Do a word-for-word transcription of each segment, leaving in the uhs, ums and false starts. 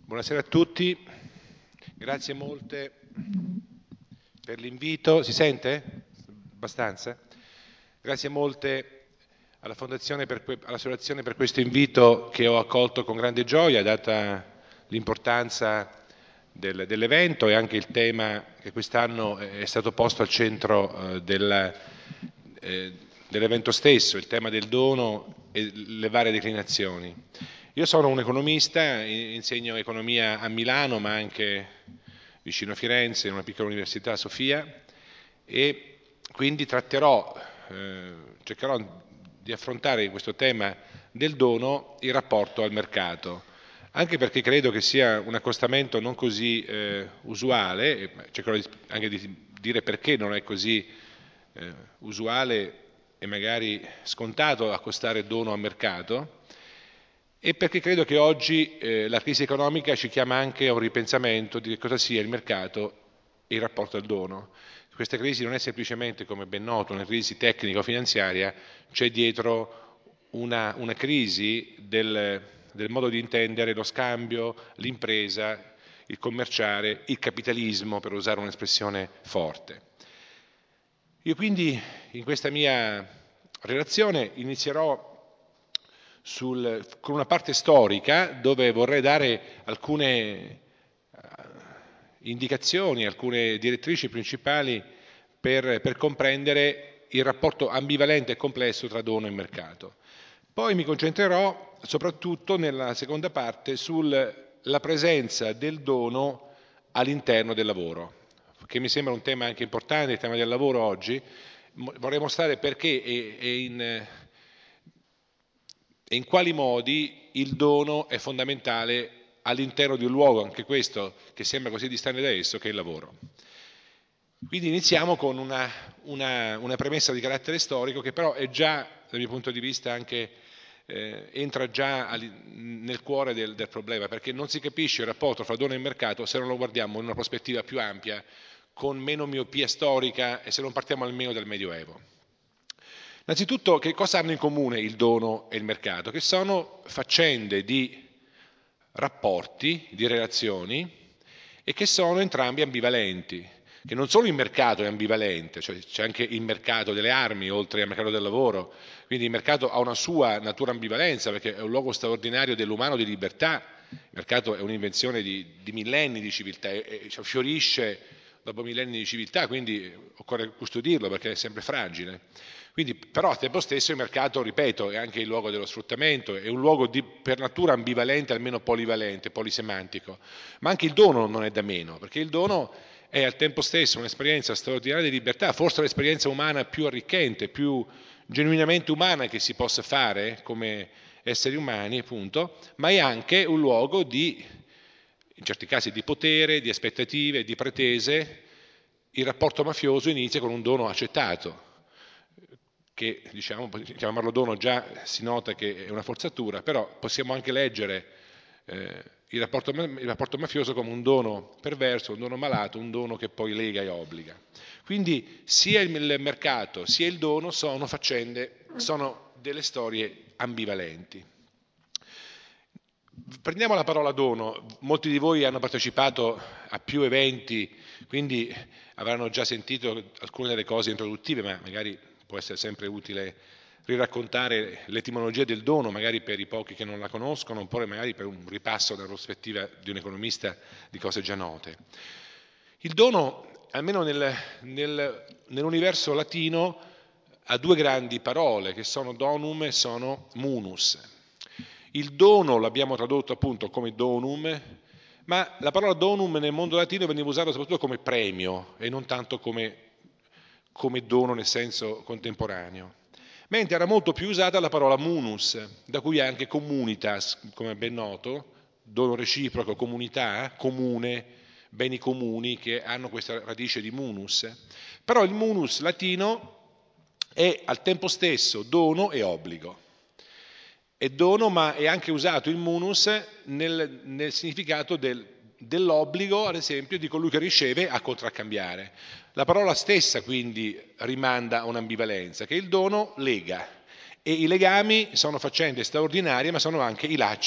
Buonasera a tutti, grazie molte per l'invito. Si sente? Abbastanza? Grazie molte alla Fondazione per, all'Associazione per questo invito che ho accolto con grande gioia, data l'importanza del, dell'evento e anche il tema che quest'anno è stato posto al centro eh, del, eh, dell'evento stesso, il tema del dono e le varie declinazioni. Io sono un economista, insegno economia a Milano, ma anche vicino a Firenze, in una piccola università a Sofia, e quindi tratterò, eh, cercherò di affrontare in questo tema del dono il rapporto al mercato, anche perché credo che sia un accostamento non così eh, usuale, e cercherò anche di dire perché non è così eh, usuale e magari scontato accostare dono al mercato, e perché credo che oggi eh, la crisi economica ci chiama anche a un ripensamento di che cosa sia il mercato e il rapporto al dono. Questa crisi non è semplicemente, come ben noto, una crisi tecnico-finanziaria, c'è dietro una, una crisi del, del modo di intendere lo scambio, l'impresa, il commerciare, il capitalismo, per usare un'espressione forte. Io quindi in questa mia relazione inizierò sul, con una parte storica dove vorrei dare alcune indicazioni, alcune direttrici principali per, per comprendere il rapporto ambivalente e complesso tra dono e mercato. Poi mi concentrerò soprattutto nella seconda parte sulla presenza del dono all'interno del lavoro, che mi sembra un tema anche importante, il tema del lavoro oggi. Vorrei mostrare perché e, e in, e in quali modi il dono è fondamentale all'interno di un luogo, anche questo che sembra così distante da esso, che è il lavoro. Quindi iniziamo con una, una, una premessa di carattere storico che però è già, dal mio punto di vista, anche eh, entra già nel cuore del, del problema, perché non si capisce il rapporto fra dono e mercato se non lo guardiamo in una prospettiva più ampia, con meno miopia storica e se non partiamo almeno dal Medioevo. Innanzitutto, che cosa hanno in comune il dono e il mercato? Che sono faccende di rapporti, di relazioni, e che sono entrambi ambivalenti, che non solo il mercato è ambivalente, cioè c'è anche il mercato delle armi oltre al mercato del lavoro, quindi il mercato ha una sua natura ambivalenza perché è un luogo straordinario dell'umano di libertà, il mercato è un'invenzione di, di millenni di civiltà, e, e, cioè, fiorisce dopo millenni di civiltà, quindi occorre custodirlo perché è sempre fragile. Quindi, però al tempo stesso il mercato, ripeto, è anche il luogo dello sfruttamento, è un luogo di, per natura ambivalente, almeno polivalente, polisemantico, ma anche il dono non è da meno, perché il dono è al tempo stesso un'esperienza straordinaria di libertà, forse l'esperienza umana più arricchente, più genuinamente umana che si possa fare come esseri umani, appunto, ma è anche un luogo di, in certi casi, di potere, di aspettative, di pretese. Il rapporto mafioso inizia con un dono accettato, che diciamo, chiamarlo dono già si nota che è una forzatura, però possiamo anche leggere eh, il, rapporto, il rapporto mafioso come un dono perverso, un dono malato, un dono che poi lega e obbliga. Quindi sia il mercato sia il dono sono faccende, sono delle storie ambivalenti. Prendiamo la parola dono, molti di voi hanno partecipato a più eventi, quindi avranno già sentito alcune delle cose introduttive, ma magari può essere sempre utile riraccontare l'etimologia del dono, magari per i pochi che non la conoscono, oppure magari per un ripasso dalla prospettiva di un economista di cose già note. Il dono, almeno nel, nel, nell'universo latino, ha due grandi parole che sono donum e sono munus. Il dono l'abbiamo tradotto appunto come donum, ma la parola donum nel mondo latino veniva usata soprattutto come premio e non tanto come, come dono nel senso contemporaneo. Mentre era molto più usata la parola munus, da cui anche communitas, come è ben noto, dono reciproco, comunità, comune, beni comuni che hanno questa radice di munus. Però il munus latino è al tempo stesso dono e obbligo. È dono, ma è anche usato il munus nel, nel significato del, dell'obbligo, ad esempio, di colui che riceve a contraccambiare. La parola stessa quindi rimanda a un'ambivalenza, che il dono lega, e i legami sono faccende straordinarie, ma sono anche i lacci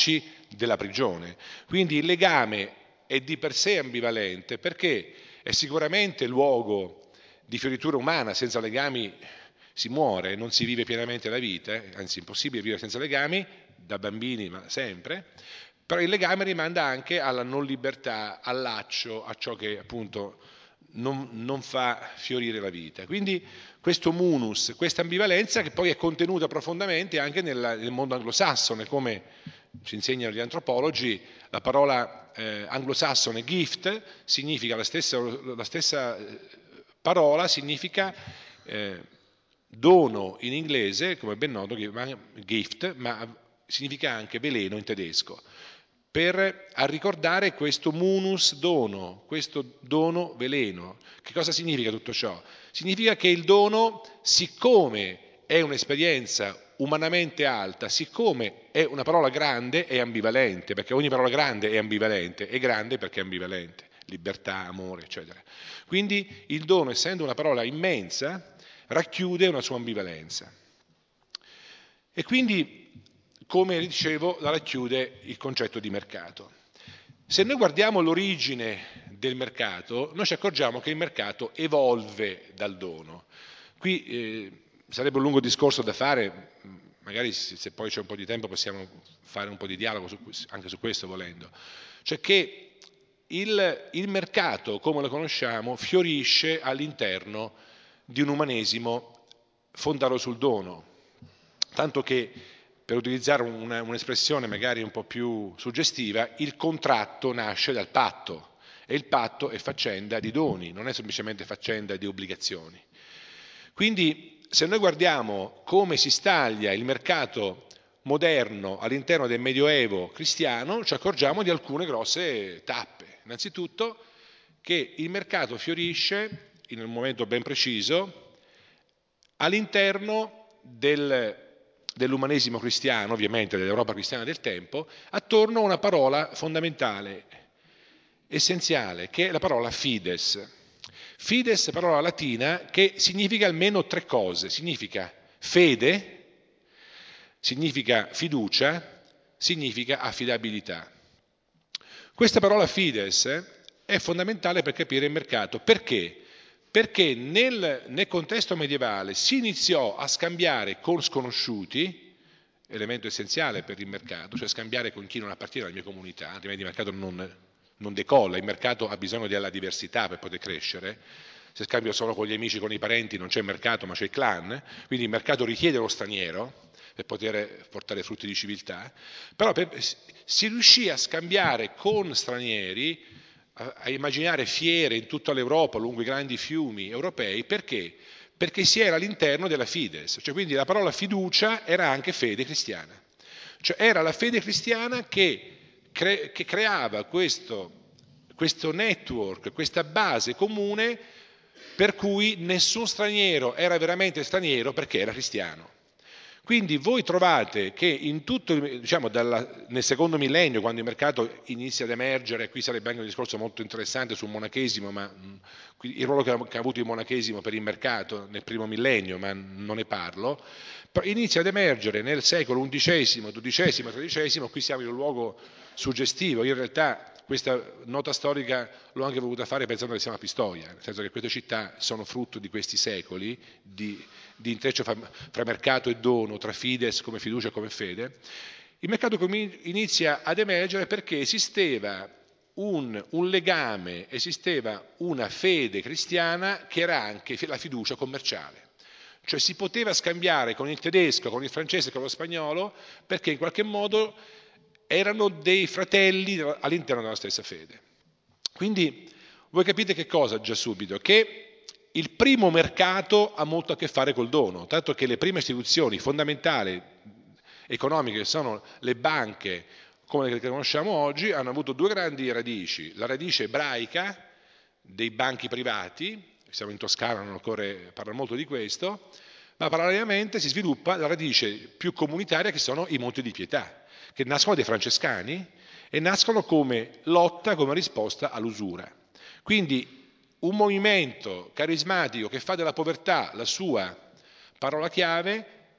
della prigione. Quindi il legame è di per sé ambivalente perché è sicuramente luogo di fioritura umana, senza legami si muore, non si vive pienamente la vita, eh? Anzi è impossibile vivere senza legami, da bambini ma sempre, però il legame rimanda anche alla non libertà, al laccio, a ciò che appunto non, non fa fiorire la vita. Quindi questo munus, questa ambivalenza che poi è contenuta profondamente anche nel, nel mondo anglosassone, come ci insegnano gli antropologi, la parola eh, anglosassone gift significa la stessa, la stessa parola, significa eh, dono in inglese, come ben noto, gift, ma significa anche veleno in tedesco, per a ricordare questo munus dono, questo dono veleno. Che cosa significa tutto ciò? Significa che il dono, siccome è un'esperienza umanamente alta, siccome è una parola grande, è ambivalente, perché ogni parola grande è ambivalente, è grande perché è ambivalente, libertà, amore, eccetera. Quindi il dono, essendo una parola immensa, racchiude una sua ambivalenza. E quindi, come dicevo, la racchiude il concetto di mercato. Se noi guardiamo l'origine del mercato, noi ci accorgiamo che il mercato evolve dal dono. Qui eh, sarebbe un lungo discorso da fare, magari se poi c'è un po' di tempo possiamo fare un po' di dialogo su, anche su questo volendo. Cioè che il, il mercato, come lo conosciamo, fiorisce all'interno di un umanesimo fondato sul dono, tanto che, per utilizzare una, un'espressione magari un po' più suggestiva, il contratto nasce dal patto e il patto è faccenda di doni, non è semplicemente faccenda di obbligazioni. Quindi se noi guardiamo come si staglia il mercato moderno all'interno del Medioevo cristiano, ci accorgiamo di alcune grosse tappe. Innanzitutto che il mercato fiorisce in un momento ben preciso all'interno del, dell'umanesimo cristiano, ovviamente dell'Europa cristiana del tempo, attorno a una parola fondamentale, essenziale, che è la parola fides. Fides, parola latina che significa almeno tre cose: significa fede, significa fiducia, significa affidabilità. Questa parola fides è fondamentale per capire il mercato. Perché? Perché nel, nel contesto medievale si iniziò a scambiare con sconosciuti, elemento essenziale per il mercato, cioè scambiare con chi non appartiene alla mia comunità, altrimenti il mercato non, non decolla, il mercato ha bisogno della diversità per poter crescere. Se scambio solo con gli amici, con i parenti, non c'è mercato ma c'è il clan, quindi il mercato richiede lo straniero per poter portare frutti di civiltà, però per, si riuscì a scambiare con stranieri, a, a immaginare fiere in tutta l'Europa, lungo i grandi fiumi europei, perché? Perché si era all'interno della fides, cioè quindi la parola fiducia era anche fede cristiana, cioè era la fede cristiana che, cre, che creava questo, questo network, questa base comune per cui nessun straniero era veramente straniero perché era cristiano. Quindi voi trovate che in tutto, diciamo, dalla, nel secondo millennio, quando il mercato inizia ad emergere, qui sarebbe anche un discorso molto interessante sul monachesimo, ma mh, il ruolo che ha, che ha avuto il monachesimo per il mercato nel primo millennio, ma non ne parlo, inizia ad emergere nel secolo undicesimo, dodicesimo, tredicesimo, qui siamo in un luogo suggestivo. Io in realtà questa nota storica l'ho anche voluta fare pensando che siamo a Pistoia, nel senso che queste città sono frutto di questi secoli di, di intreccio fra, fra mercato e dono, tra fides come fiducia e come fede. Il mercato inizia ad emergere perché esisteva un, un legame, esisteva una fede cristiana che era anche la fiducia commerciale. Cioè si poteva scambiare con il tedesco, con il francese, con lo spagnolo, perché in qualche modo erano dei fratelli all'interno della stessa fede. Quindi voi capite che cosa già subito? Che il primo mercato ha molto a che fare col dono, tanto che le prime istituzioni fondamentali economiche, che sono le banche, come le conosciamo oggi, hanno avuto due grandi radici. La radice ebraica dei banchi privati, siamo in Toscana, non occorre parlare molto di questo, ma parallelamente si sviluppa la radice più comunitaria che sono i monti di pietà, che nascono dai francescani e nascono come lotta, come risposta all'usura. Quindi un movimento carismatico che fa della povertà la sua parola chiave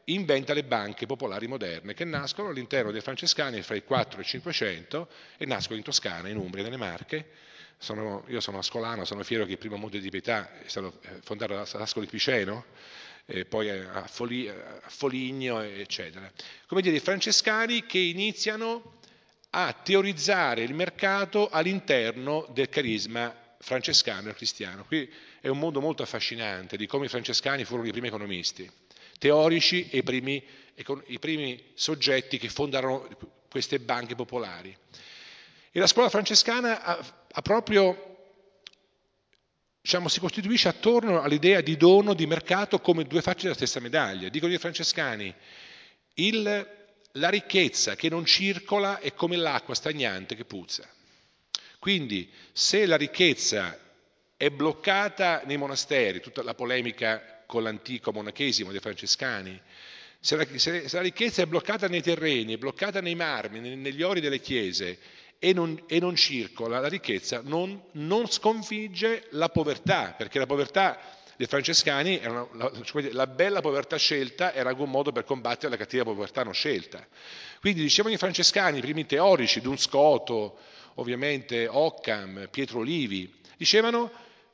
inventa le banche popolari moderne, che nascono all'interno dei francescani fra il quattrocento e il cinquecento e nascono in Toscana, in Umbria, nelle Marche. Sono, io sono ascolano, sono fiero che il primo Monte di Pietà è stato fondato da Ascoli Piceno, e poi a, Foli, a Foligno, eccetera. Come dire, i francescani che iniziano a teorizzare il mercato all'interno del carisma francescano e cristiano. Qui è un mondo molto affascinante di come i francescani furono i primi economisti, teorici e i primi, i primi soggetti che fondarono queste banche popolari. E la scuola francescana ha, ha proprio, diciamo, si costituisce attorno all'idea di dono, di mercato, come due facce della stessa medaglia. Dicono i francescani, il, la ricchezza che non circola è come l'acqua stagnante che puzza. Quindi se la ricchezza è bloccata nei monasteri, tutta la polemica con l'antico monachesimo dei francescani, se la, se, se la ricchezza è bloccata nei terreni, è bloccata nei marmi, negli ori delle chiese, e non, e non circola, la ricchezza non, non sconfigge la povertà, perché la povertà dei francescani, era una, la, la bella povertà scelta era un modo per combattere la cattiva povertà non scelta. Quindi dicevano i francescani, i primi teorici, Duns Scoto, ovviamente Occam, Pietro Olivi, dicevano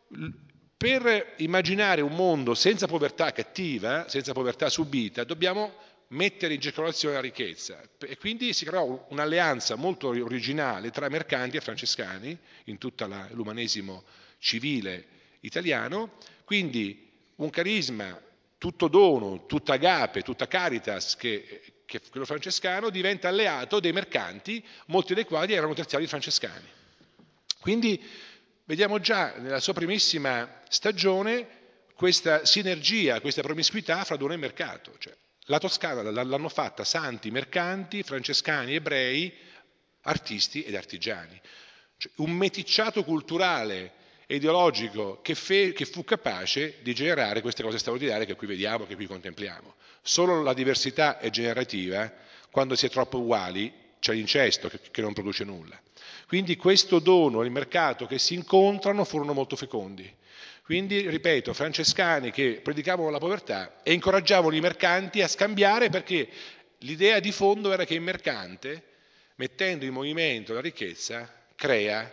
per immaginare un mondo senza povertà cattiva, senza povertà subita, dobbiamo mettere in circolazione la ricchezza, e quindi si creò un'alleanza molto originale tra mercanti e francescani in tutto l'umanesimo civile italiano, quindi un carisma tutto dono, tutta agape, tutta caritas che, che quello francescano diventa alleato dei mercanti, molti dei quali erano terziari francescani. Quindi vediamo già nella sua primissima stagione questa sinergia, questa promiscuità fra dono e mercato, cioè la Toscana l'hanno fatta santi, mercanti, francescani, ebrei, artisti ed artigiani. Cioè, un meticciato culturale e ideologico che, fe, che fu capace di generare queste cose straordinarie che qui vediamo, che qui contempliamo. Solo la diversità è generativa, quando si è troppo uguali c'è l'incesto che, che non produce nulla. Quindi questo dono e il mercato che si incontrano furono molto fecondi. Quindi, ripeto, francescani che predicavano la povertà e incoraggiavano i mercanti a scambiare, perché l'idea di fondo era che il mercante, mettendo in movimento la ricchezza, crea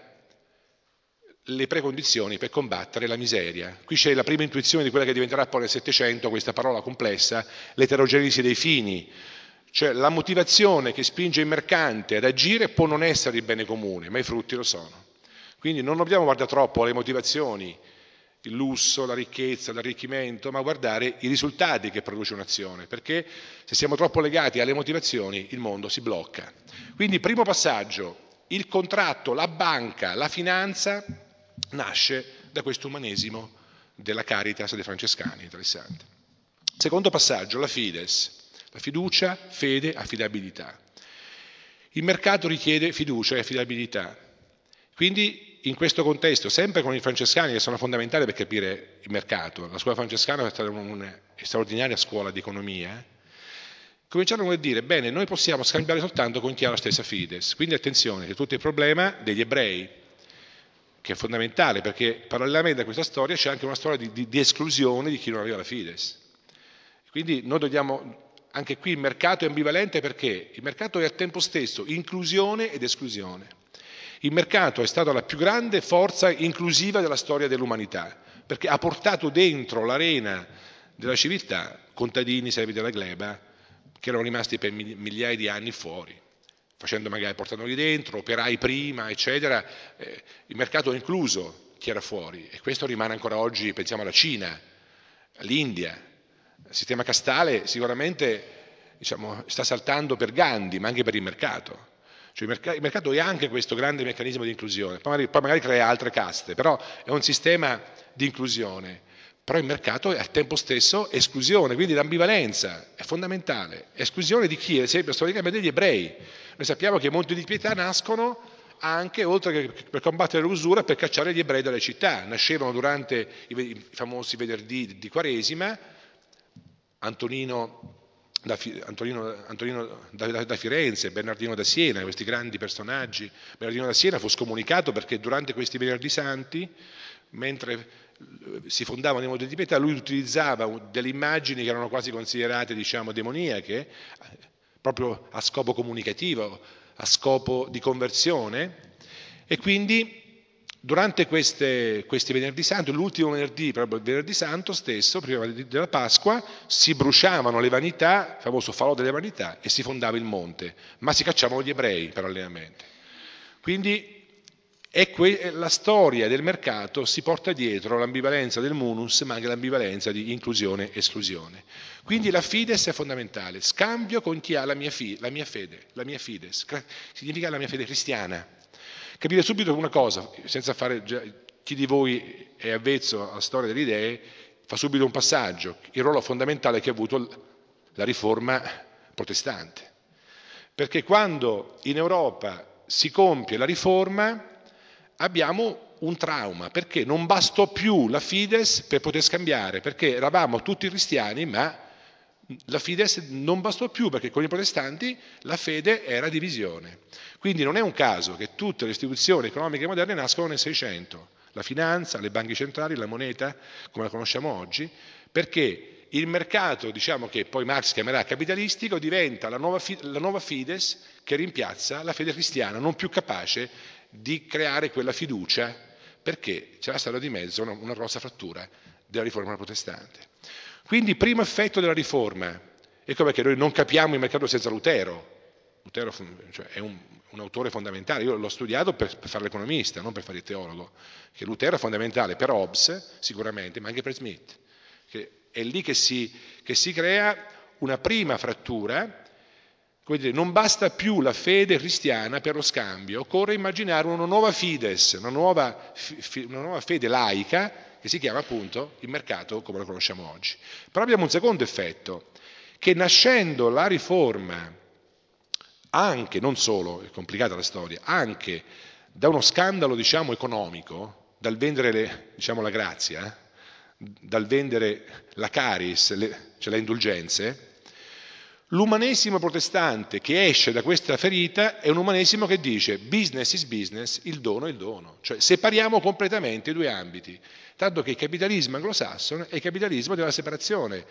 le precondizioni per combattere la miseria. Qui c'è la prima intuizione di quella che diventerà poi nel Settecento, questa parola complessa, l'eterogenesi dei fini. Cioè la motivazione che spinge il mercante ad agire può non essere il bene comune, ma i frutti lo sono. Quindi non dobbiamo guardare troppo alle motivazioni, il lusso, la ricchezza, l'arricchimento, ma guardare i risultati che produce un'azione, perché se siamo troppo legati alle motivazioni il mondo si blocca. Quindi primo passaggio, il contratto, la banca, la finanza nasce da questo umanesimo della Caritas dei francescani, interessante. Secondo passaggio, la fides, la fiducia, fede, affidabilità. Il mercato richiede fiducia e affidabilità, quindi in questo contesto, sempre con i francescani che sono fondamentali per capire il mercato, la scuola francescana è stata una straordinaria scuola di economia, cominciarono a dire, bene, noi possiamo scambiare soltanto con chi ha la stessa fides, quindi attenzione, c'è tutto il problema degli ebrei, che è fondamentale, perché parallelamente a questa storia c'è anche una storia di, di, di esclusione di chi non aveva la fides. Quindi noi dobbiamo, anche qui il mercato è ambivalente, perché il mercato è al tempo stesso inclusione ed esclusione. Il mercato è stata la più grande forza inclusiva della storia dell'umanità, perché ha portato dentro l'arena della civiltà contadini, servi della gleba, che erano rimasti per migliaia di anni fuori, facendo magari, portandoli dentro, operai prima, eccetera. Eh, il mercato ha incluso chi era fuori, e questo rimane ancora oggi, pensiamo alla Cina, all'India. Il sistema castale sicuramente, diciamo, sta saltando per Gandhi, ma anche per il mercato. Cioè il mercato è anche questo grande meccanismo di inclusione, poi magari, poi magari crea altre caste, però è un sistema di inclusione. Però il mercato è al tempo stesso esclusione, quindi l'ambivalenza è fondamentale. Esclusione di chi? Ad esempio, storicamente degli ebrei. Noi sappiamo che i Monti di Pietà nascono anche, oltre che per combattere l'usura, per cacciare gli ebrei dalle città. Nascevano durante i famosi venerdì di Quaresima, Antonino Da, Antonino, Antonino da, da Firenze, Bernardino da Siena, questi grandi personaggi. Bernardino da Siena fu scomunicato perché durante questi venerdì santi, mentre si fondavano dei modelli di pietà, lui utilizzava delle immagini che erano quasi considerate, diciamo, demoniache, proprio a scopo comunicativo, a scopo di conversione, e quindi durante queste, questi venerdì santo, l'ultimo venerdì, proprio il venerdì santo stesso, prima della Pasqua, si bruciavano le vanità, il famoso falò delle vanità, e si fondava il monte, ma si cacciavano gli ebrei parallelamente. Quindi è que- la storia del mercato si porta dietro l'ambivalenza del munus, ma anche l'ambivalenza di inclusione e esclusione. Quindi la fides è fondamentale, scambio con chi ha la mia, fi- la mia fede, la mia fides, significa la mia fede cristiana. Capire subito una cosa, senza fare, chi di voi è avvezzo alla storia delle idee, fa subito un passaggio, il ruolo fondamentale che ha avuto la riforma protestante. Perché quando in Europa si compie la riforma abbiamo un trauma, perché non bastò più la Fides per poter scambiare, perché eravamo tutti cristiani, ma la Fides non bastò più, perché con i protestanti la fede era divisione. Quindi non è un caso che tutte le istituzioni economiche moderne nascono nel Seicento, la finanza, le banche centrali, la moneta, come la conosciamo oggi, perché il mercato, diciamo che poi Marx chiamerà capitalistico, diventa la nuova, la nuova Fides che rimpiazza la fede cristiana, non più capace di creare quella fiducia, perché c'era stata di mezzo una, una grossa frattura della riforma protestante. Quindi primo effetto della riforma, ecco perché noi non capiamo il mercato senza Lutero. Lutero cioè, è un, un autore fondamentale, io l'ho studiato per, per fare l'economista, non per fare il teologo, che Lutero è fondamentale per Hobbes sicuramente, ma anche per Smith, che è lì che si, che si crea una prima frattura. Come dire, non basta più la fede cristiana per lo scambio, occorre immaginare una nuova fides, una nuova, una nuova fede laica che si chiama appunto il mercato come lo conosciamo oggi. Però abbiamo un secondo effetto, che nascendo la riforma, anche, non solo, è complicata la storia, anche da uno scandalo diciamo economico, dal vendere le, diciamo, la grazia, dal vendere la caris, le, cioè le indulgenze, l'umanesimo protestante che esce da questa ferita è un umanesimo che dice business is business, il dono è il dono, cioè separiamo completamente i due ambiti, tanto che il capitalismo anglosassone è il capitalismo della separazione.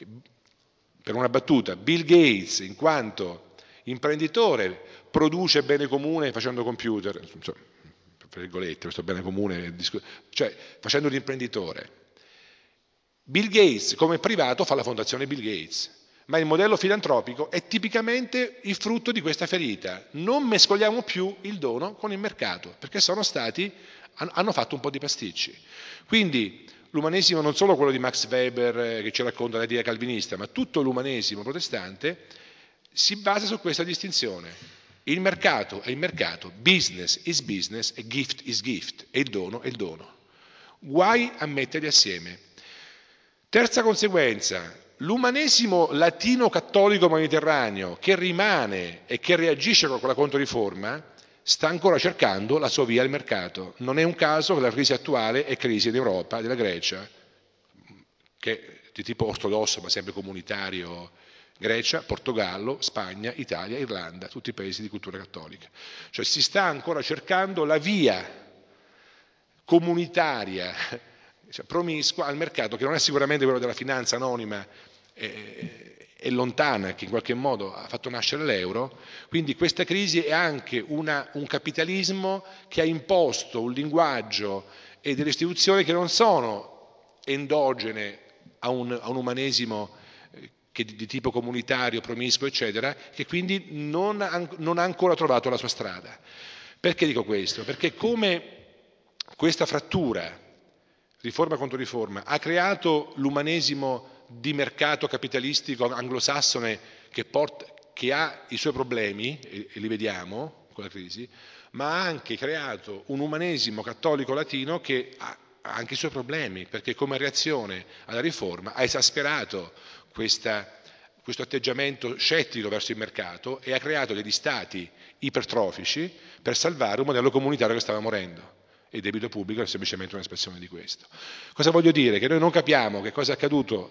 Per una battuta, Bill Gates, in quanto imprenditore, produce bene comune facendo computer, cioè, per virgolette, questo bene comune, cioè facendo l'imprenditore. Bill Gates come privato fa la fondazione Bill Gates, ma il modello filantropico è tipicamente il frutto di questa ferita. Non mescoliamo più il dono con il mercato, perché sono stati, hanno fatto un po' di pasticci. Quindi l'umanesimo non solo quello di Max Weber che ci racconta la idea calvinista, ma tutto l'umanesimo protestante si basa su questa distinzione. Il mercato è il mercato, business is business e gift is gift, e il dono è il dono. Guai a metterli assieme. Terza conseguenza, l'umanesimo latino-cattolico mediterraneo che rimane e che reagisce con la controriforma sta ancora cercando la sua via al mercato. Non è un caso che la crisi attuale è crisi in Europa, della Grecia, che è di tipo ortodosso ma sempre comunitario, Grecia, Portogallo, Spagna, Italia, Irlanda, tutti i paesi di cultura cattolica. Cioè si sta ancora cercando la via comunitaria, cioè, promiscua al mercato, che non è sicuramente quello della finanza anonima e, e lontana, che in qualche modo ha fatto nascere l'euro. Quindi questa crisi è anche una, un capitalismo che ha imposto un linguaggio e delle istituzioni che non sono endogene a un, a un umanesimo che di, di tipo comunitario, promiscuo, eccetera, che quindi non ha, non ha ancora trovato la sua strada. Perché dico questo? Perché come questa frattura, riforma contro riforma, ha creato l'umanesimo di mercato capitalistico anglosassone che, porta, che ha i suoi problemi, e, e li vediamo con la crisi, ma ha anche creato un umanesimo cattolico latino che ha, ha anche i suoi problemi, perché come reazione alla riforma ha esasperato questa, questo atteggiamento scettico verso il mercato e ha creato degli stati ipertrofici per salvare un modello comunitario che stava morendo. E il debito pubblico è semplicemente un'espressione di questo. Cosa voglio dire? Che noi non capiamo che cosa è accaduto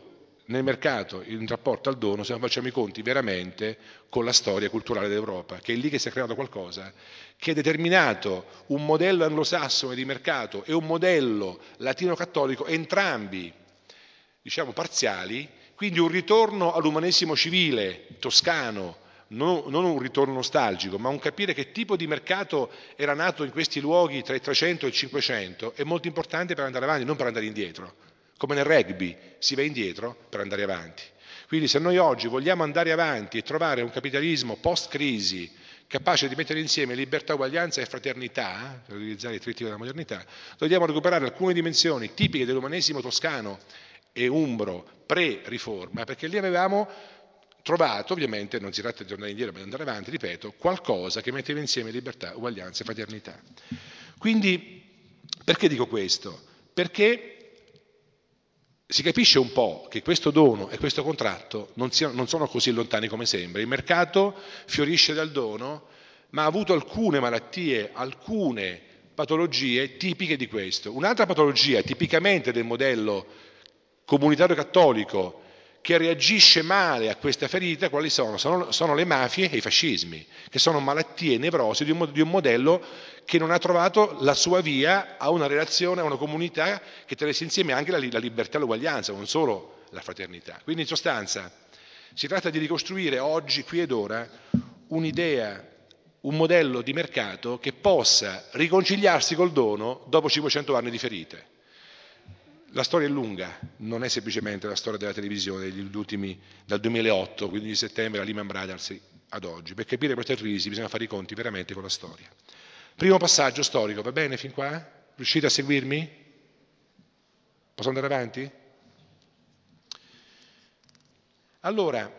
nel mercato in rapporto al dono se non facciamo i conti veramente con la storia culturale dell'Europa, che è lì che si è creato qualcosa che ha determinato un modello anglosassone di mercato e un modello latino-cattolico, entrambi diciamo parziali, quindi un ritorno all'umanesimo civile toscano, non, non un ritorno nostalgico, ma un capire che tipo di mercato era nato in questi luoghi tra il trecento e il cinquecento è molto importante per andare avanti, non per andare indietro. Come nel rugby si va indietro per andare avanti. Quindi se noi oggi vogliamo andare avanti e trovare un capitalismo post-crisi capace di mettere insieme libertà, uguaglianza e fraternità, per utilizzare i trittici della modernità, dobbiamo recuperare alcune dimensioni tipiche dell'umanesimo toscano e umbro pre-riforma, perché lì avevamo trovato, ovviamente non si tratta di tornare indietro ma di andare avanti, ripeto, qualcosa che metteva insieme libertà, uguaglianza e fraternità. Quindi, perché dico questo? Perché si capisce un po' che questo dono e questo contratto non, siano, non sono così lontani come sembra. Il mercato fiorisce dal dono, ma ha avuto alcune malattie, alcune patologie tipiche di questo. Un'altra patologia tipicamente del modello comunitario cattolico che reagisce male a questa ferita, quali sono? Sono, sono le mafie e i fascismi, che sono malattie nevrosi di un, di un modello che non ha trovato la sua via a una relazione, a una comunità che tenesse insieme anche la, la libertà e l'uguaglianza, non solo la fraternità. Quindi in sostanza si tratta di ricostruire oggi, qui ed ora, un'idea, un modello di mercato che possa riconciliarsi col dono dopo cinquecento anni di ferite. La storia è lunga, non è semplicemente la storia della televisione degli ultimi, dal duemilaotto, quindi di settembre, a Lehman Brothers ad oggi. Per capire questa crisi bisogna fare i conti veramente con la storia. Primo passaggio storico, va bene fin qua? Riuscite a seguirmi? Posso andare avanti? Allora,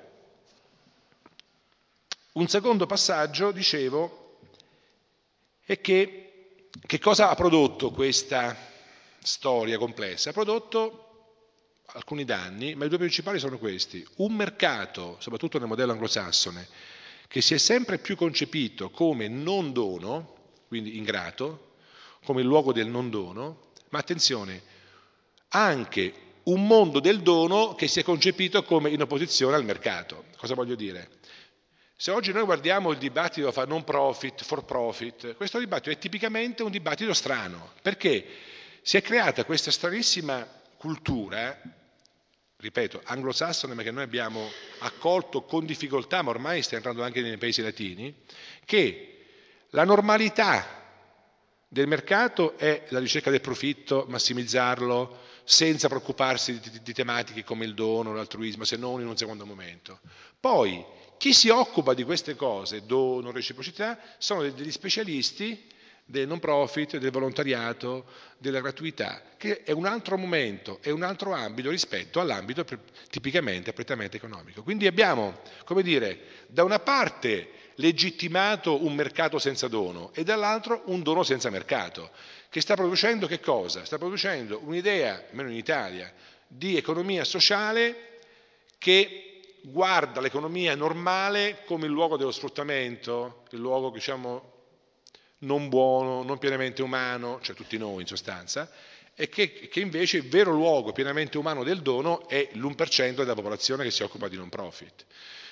un secondo passaggio, dicevo, è che, che cosa ha prodotto questa storia complessa? Ha prodotto alcuni danni, ma i due principali sono questi. Un mercato, soprattutto nel modello anglosassone, che si è sempre più concepito come non dono, quindi ingrato, come il luogo del non dono, ma attenzione, anche un mondo del dono che si è concepito come in opposizione al mercato. Cosa voglio dire? Se oggi noi guardiamo il dibattito fra non profit, for profit, questo dibattito è tipicamente un dibattito strano, perché si è creata questa stranissima cultura, ripeto, anglosassone, ma che noi abbiamo accolto con difficoltà, ma ormai sta entrando anche nei paesi latini, che la normalità del mercato è la ricerca del profitto, massimizzarlo, senza preoccuparsi di, di, di tematiche come il dono, l'altruismo, se non in un secondo momento. Poi, chi si occupa di queste cose, dono, reciprocità, sono degli specialisti del non profit, del volontariato, della gratuità, che è un altro momento, è un altro ambito rispetto all'ambito tipicamente prettamente economico. Quindi abbiamo, come dire, da una parte legittimato un mercato senza dono e dall'altro un dono senza mercato, che sta producendo che cosa? Sta producendo un'idea, almeno in Italia, di economia sociale che guarda l'economia normale come il luogo dello sfruttamento, il luogo diciamo non buono, non pienamente umano, cioè tutti noi in sostanza, e che, che invece il vero luogo pienamente umano del dono è l'uno per cento della popolazione che si occupa di non profit.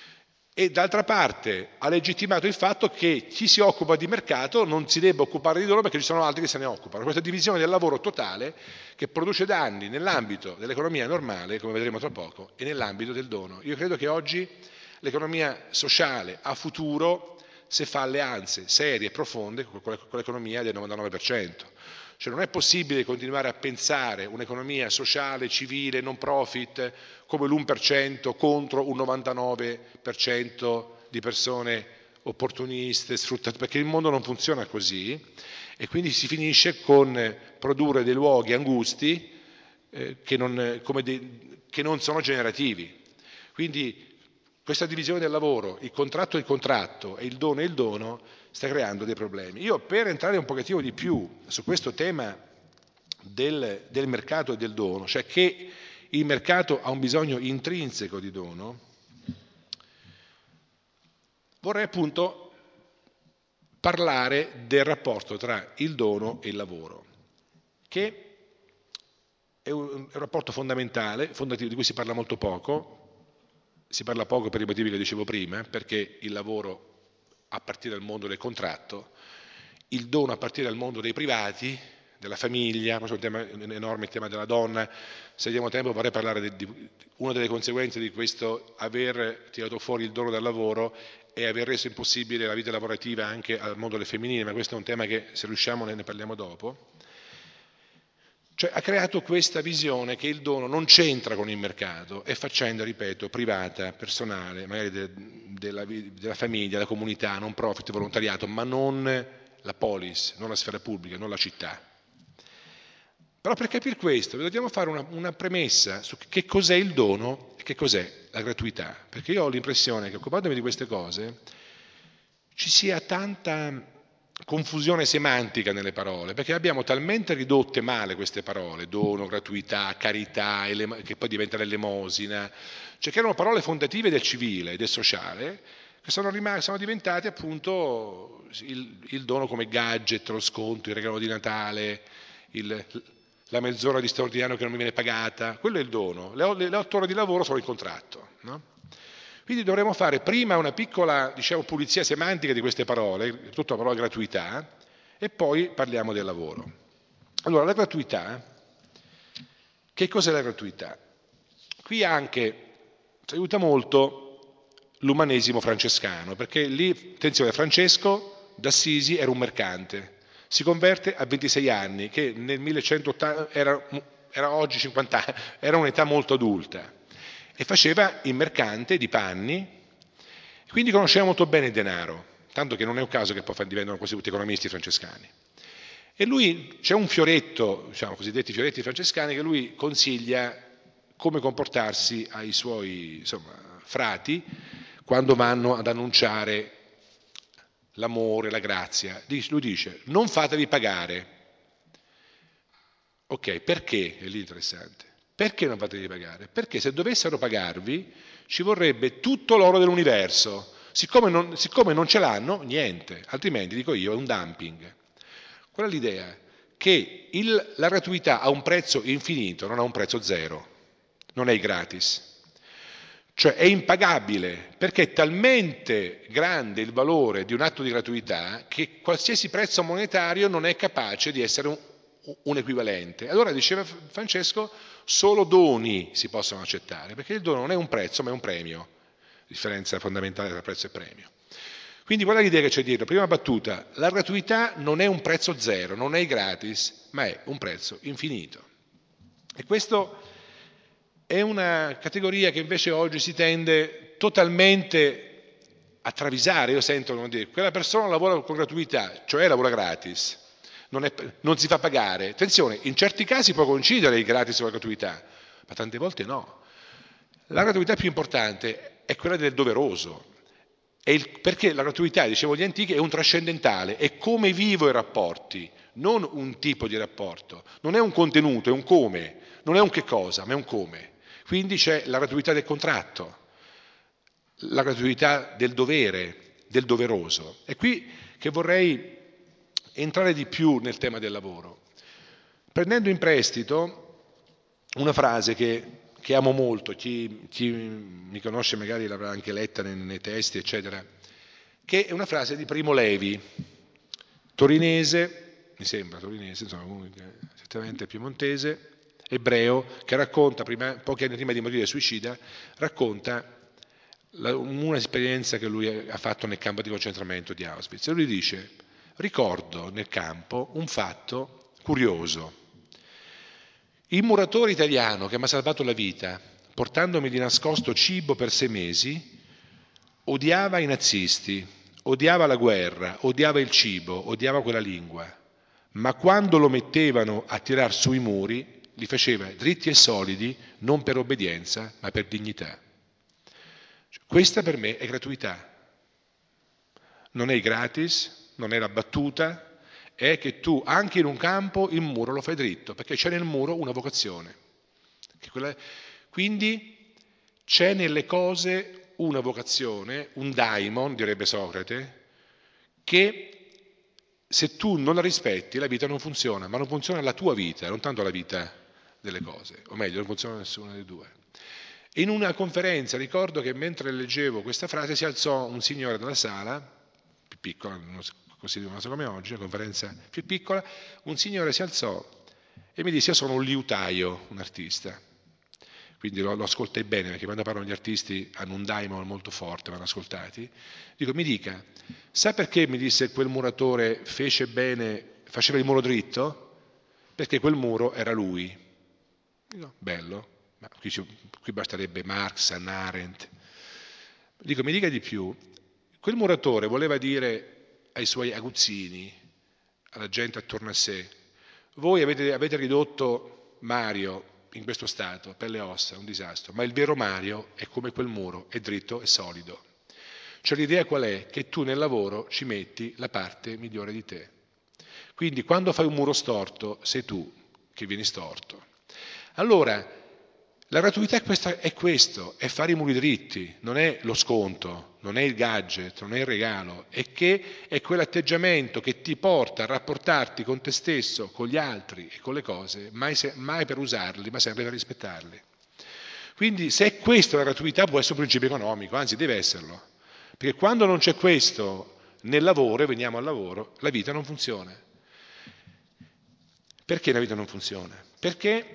E d'altra parte ha legittimato il fatto che chi si occupa di mercato non si debba occupare di dono perché ci sono altri che se ne occupano. Questa divisione del lavoro totale che produce danni nell'ambito dell'economia normale, come vedremo tra poco, e nell'ambito del dono. Io credo che oggi l'economia sociale ha futuro se fa alleanze serie e profonde con l'economia del novantanove per cento. Cioè non è possibile continuare a pensare un'economia sociale, civile, non profit come l'uno per cento contro un novantanove per cento di persone opportuniste, sfruttate, perché il mondo non funziona così e quindi si finisce con produrre dei luoghi angusti eh, che, non, come de, che non sono generativi. Quindi questa divisione del lavoro, il contratto è il contratto e il dono è il dono, sta creando dei problemi. Io per entrare un pochettino di più su questo tema del, del mercato e del dono, cioè che il mercato ha un bisogno intrinseco di dono, vorrei appunto parlare del rapporto tra il dono e il lavoro, che è è un, è un rapporto fondamentale, fondativo, di cui si parla molto poco, si parla poco per i motivi che dicevo prima, perché il lavoro appartiene al mondo del contratto, il dono appartiene al mondo dei privati, della famiglia. Questo è un tema un enorme, il tema della donna. Se abbiamo tempo vorrei parlare di, di una delle conseguenze di questo aver tirato fuori il dono dal lavoro e aver reso impossibile la vita lavorativa anche al mondo del femminile, ma questo è un tema che se riusciamo ne parliamo dopo. Cioè ha creato questa visione che il dono non c'entra con il mercato, è faccenda, ripeto, privata, personale, magari de, della, della famiglia, della comunità, non profit, volontariato, ma non la polis, non la sfera pubblica, non la città. Però per capire questo dobbiamo fare una, una premessa su che cos'è il dono e che cos'è la gratuità, perché io ho l'impressione che occupandomi di queste cose ci sia tanta confusione semantica nelle parole, perché abbiamo talmente ridotte male queste parole, dono, gratuità, carità, che poi diventa l'elemosina, cioè che erano parole fondative del civile, del sociale, che sono, rimasti, sono diventate appunto il, il dono come gadget, lo sconto, il regalo di Natale, il, la mezz'ora di straordinario che non mi viene pagata, quello è il dono, le, le, le otto ore di lavoro sono il contratto, no? Quindi dovremmo fare prima una piccola, diciamo, pulizia semantica di queste parole, tutta la parola gratuità, e poi parliamo del lavoro. Allora, la gratuità, che cos'è la gratuità? Qui anche ci aiuta molto l'umanesimo francescano, perché lì, attenzione, Francesco d'Assisi era un mercante, si converte a ventisei anni, che nel millecentottanta era, era oggi cinquanta anni, era un'età molto adulta, e faceva il mercante di panni, quindi conosceva molto bene il denaro, tanto che non è un caso che poi diventano quasi tutti economisti francescani. E lui, c'è un fioretto, diciamo cosiddetti fioretti francescani, che lui consiglia come comportarsi ai suoi insomma, frati quando vanno ad annunciare l'amore, la grazia. Lui dice, non fatevi pagare. Ok, perché? È lì interessante. Perché non fatevi pagare? Perché se dovessero pagarvi ci vorrebbe tutto l'oro dell'universo. Siccome non, siccome non ce l'hanno, niente. Altrimenti, dico io, è un dumping. Qual è l'idea? Che il, la gratuità ha un prezzo infinito, non ha un prezzo zero. Non è gratis. Cioè è impagabile, perché è talmente grande il valore di un atto di gratuità che qualsiasi prezzo monetario non è capace di essere un, un equivalente. Allora diceva Francesco, solo doni si possono accettare, perché il dono non è un prezzo ma è un premio, differenza fondamentale tra prezzo e premio. Quindi qual è l'idea che c'è dietro? Prima battuta, la gratuità non è un prezzo zero, non è gratis, ma è un prezzo infinito. E questo è una categoria che invece oggi si tende totalmente a travisare. Io sento come dire, quella persona lavora con gratuità, cioè lavora gratis, non, è, non si fa pagare. Attenzione, in certi casi può coincidere il gratis con la gratuità, ma tante volte no. La gratuità più importante è quella del doveroso, è il, perché la gratuità, dicevo gli antichi, è un trascendentale, è come vivo i rapporti, non un tipo di rapporto, non è un contenuto, è un come, non è un che cosa, ma è un come. Quindi c'è la gratuità del contratto, la gratuità del dovere, del doveroso. È qui che vorrei entrare di più nel tema del lavoro, prendendo in prestito una frase che, che amo molto, chi, chi mi conosce magari l'avrà anche letta nei, nei testi, eccetera, che è una frase di Primo Levi, torinese, mi sembra torinese, insomma, certamente piemontese, ebreo, che racconta, prima, pochi anni prima di morire suicida, racconta la, un'esperienza che lui ha fatto nel campo di concentramento di Auschwitz. E lui dice, ricordo nel campo un fatto curioso. Il muratore italiano che mi ha salvato la vita, portandomi di nascosto cibo per sei mesi, odiava i nazisti, odiava la guerra, odiava il cibo, odiava quella lingua, ma quando lo mettevano a tirar sui muri, li faceva dritti e solidi, non per obbedienza, ma per dignità. Questa per me è gratuità. Non è gratis, non è la battuta, è che tu anche in un campo il muro lo fai dritto, perché c'è nel muro una vocazione. Quindi c'è nelle cose una vocazione, un daimon, direbbe Socrate, che se tu non la rispetti la vita non funziona, ma non funziona la tua vita, non tanto la vita delle cose, o meglio, non funziona nessuna delle due. In una conferenza ricordo che mentre leggevo questa frase si alzò un signore dalla sala, più piccola, non così non so come oggi, una conferenza più piccola, un signore si alzò e mi disse: io sono un liutaio, un artista. Quindi lo, lo ascoltai bene, perché quando parlano gli artisti hanno un daimon molto forte, vanno ascoltati. Dico, mi dica, sa perché mi disse quel muratore fece bene, faceva il muro dritto? Perché quel muro era lui. Dico, bello, ma qui, qui basterebbe Marx, Hannah Arendt. Dico, mi dica di più, quel muratore voleva dire ai suoi aguzzini, alla gente attorno a sé: voi avete, avete ridotto Mario in questo stato, per le ossa, un disastro, ma il vero Mario è come quel muro, è dritto e solido. Cioè l'idea qual è? Che tu nel lavoro ci metti la parte migliore di te. Quindi quando fai un muro storto, sei tu che vieni storto. Allora, la gratuità è, questa, è questo, è fare i muri dritti, non è lo sconto, non è il gadget, non è il regalo, è che è quell'atteggiamento che ti porta a rapportarti con te stesso, con gli altri e con le cose, mai, se, mai per usarli, ma sempre per rispettarli. Quindi se è questa la gratuità può essere un principio economico, anzi deve esserlo, perché quando non c'è questo nel lavoro, e veniamo al lavoro, la vita non funziona. Perché la vita non funziona? Perché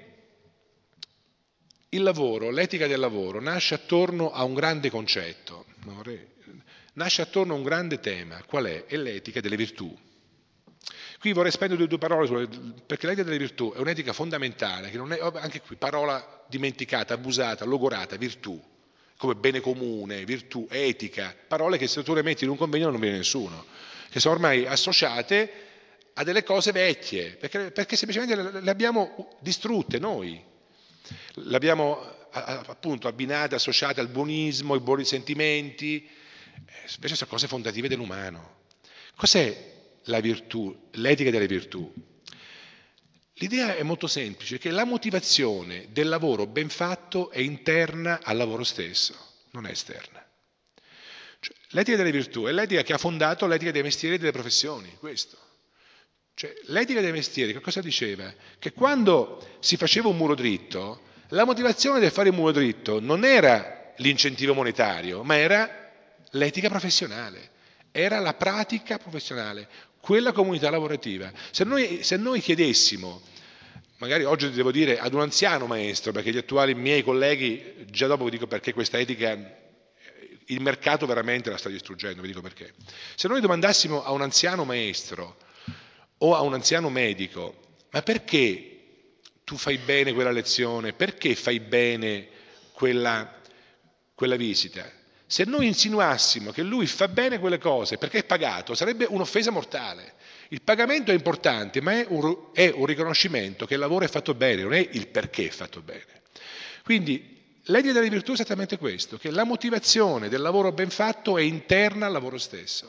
il lavoro, l'etica del lavoro, nasce attorno a un grande concetto, nasce attorno a un grande tema, qual è? È l'etica delle virtù. Qui vorrei spendere due parole, perché l'etica delle virtù è un'etica fondamentale, che non è, anche qui, parola dimenticata, abusata, logorata, virtù, come bene comune, virtù, etica, parole che se tu le metti in un convegno non viene nessuno, che sono ormai associate a delle cose vecchie, perché, perché semplicemente le abbiamo distrutte noi. L'abbiamo appunto abbinate, associate al buonismo, ai buoni sentimenti, invece sono cose fondative dell'umano. Cos'è la virtù, l'etica delle virtù? L'idea è molto semplice, che la motivazione del lavoro ben fatto è interna al lavoro stesso, non è esterna. Cioè, l'etica delle virtù è l'etica che ha fondato l'etica dei mestieri e delle professioni, questo. Cioè, l'etica dei mestieri che cosa diceva? Che quando si faceva un muro dritto, la motivazione del fare il muro dritto non era l'incentivo monetario, ma era l'etica professionale, era la pratica professionale, quella comunità lavorativa. Se noi, se noi chiedessimo, magari oggi devo dire ad un anziano maestro, perché gli attuali miei colleghi, già dopo vi dico perché questa etica, il mercato veramente la sta distruggendo, vi dico perché. Se noi domandassimo a un anziano maestro o a un anziano medico, ma perché tu fai bene quella lezione, perché fai bene quella, quella visita? Se noi insinuassimo che lui fa bene quelle cose perché è pagato, sarebbe un'offesa mortale. Il pagamento è importante, ma è un, è un riconoscimento che il lavoro è fatto bene, non è il perché è fatto bene. Quindi l'etica delle virtù è esattamente questo, che la motivazione del lavoro ben fatto è interna al lavoro stesso.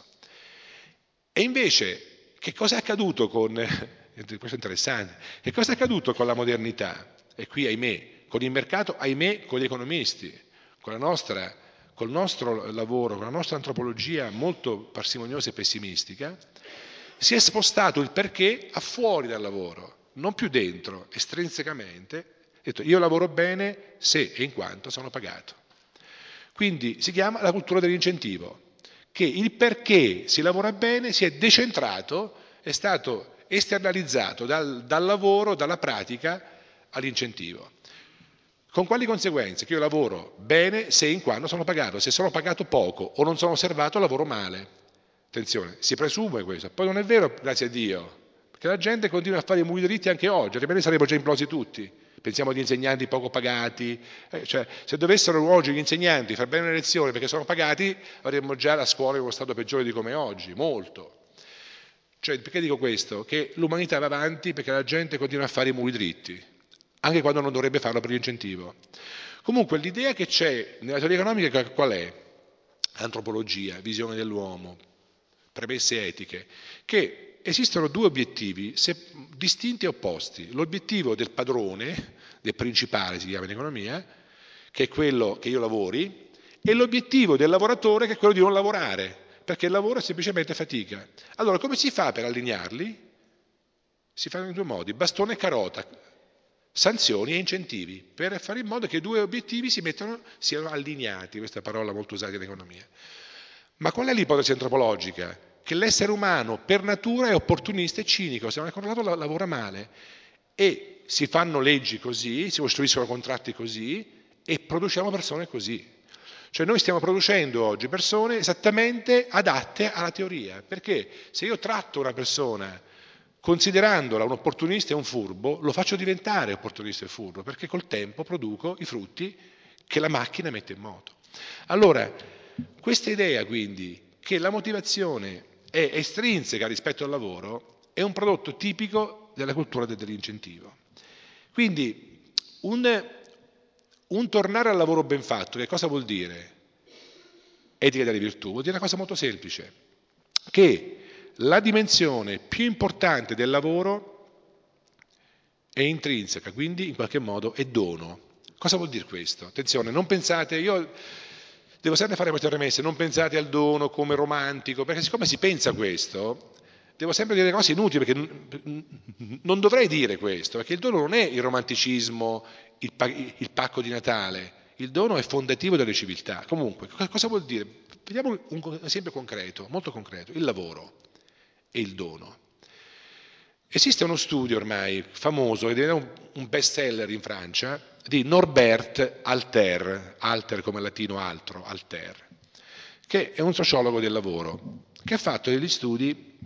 E invece, che cosa è accaduto con, questo è interessante, che cosa è accaduto con la modernità? E qui, ahimè, con il mercato, ahimè, con gli economisti, con la nostra, col nostro lavoro, con la nostra antropologia molto parsimoniosa e pessimistica, si è spostato il perché a fuori dal lavoro, non più dentro, estrinsecamente. Detto, io lavoro bene se e in quanto sono pagato. Quindi si chiama la cultura dell'incentivo, che il perché si lavora bene si è decentrato, è stato esternalizzato dal, dal lavoro, dalla pratica all'incentivo. Con quali conseguenze? Che io lavoro bene se e in quando sono pagato, se sono pagato poco o non sono osservato lavoro male. Attenzione, si presume questo, poi non è vero, grazie a Dio, perché la gente continua a fare i muri diritti anche oggi, altrimenti saremmo già implosi tutti. Pensiamo agli insegnanti poco pagati, eh, cioè, se dovessero oggi gli insegnanti far bene le lezioni perché sono pagati, avremmo già la scuola in uno stato peggiore di come è oggi, molto. Cioè, perché dico questo? Che l'umanità va avanti perché la gente continua a fare i muri dritti, anche quando non dovrebbe farlo per l'incentivo. Comunque l'idea che c'è nella teoria economica qual è? Antropologia, visione dell'uomo, premesse etiche, che esistono due obiettivi se, distinti e opposti. L'obiettivo del padrone, del principale si chiama in economia, che è quello che io lavori, e l'obiettivo del lavoratore che è quello di non lavorare, perché il lavoro è semplicemente fatica. Allora come si fa per allinearli? Si fanno in due modi, bastone e carota. sanzioni e incentivi per fare in modo che i due obiettivi si mettano, siano allineati, questa parola molto usata in economia. Ma qual è l'ipotesi antropologica? Che l'essere umano per natura è opportunista e cinico, se non è controllato lavora male e si fanno leggi così, si costruiscono contratti così e produciamo persone così. Cioè noi stiamo producendo oggi persone esattamente adatte alla teoria, perché se io tratto una persona considerandola un opportunista e un furbo, lo faccio diventare opportunista e furbo, perché col tempo produco i frutti che la macchina mette in moto. Allora, questa idea quindi che la motivazione è estrinseca rispetto al lavoro è un prodotto tipico della cultura dell'incentivo. Quindi un, un tornare al lavoro ben fatto, che cosa vuol dire? Etica delle virtù, vuol dire una cosa molto semplice, che la dimensione più importante del lavoro è intrinseca, quindi in qualche modo è dono. Cosa vuol dire questo? Attenzione, non pensate, io devo sempre fare queste premesse, non pensate al dono come romantico, perché siccome si pensa questo, devo sempre dire cose inutili, perché non dovrei dire questo, perché il dono non è il romanticismo, il, il pacco di Natale, il dono è fondativo delle civiltà. Comunque, cosa vuol dire? Vediamo un esempio concreto, molto concreto, il lavoro e il dono. Esiste uno studio ormai famoso, che diventa un best seller in Francia, di Norbert Alter, Alter come latino altro, Alter, che è un sociologo del lavoro, che ha fatto degli studi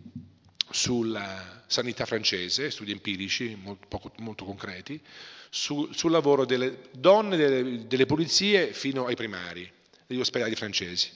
sulla sanità francese, studi empirici molto, poco, molto concreti, su, sul lavoro delle donne delle, delle pulizie fino ai primari, degli ospedali francesi.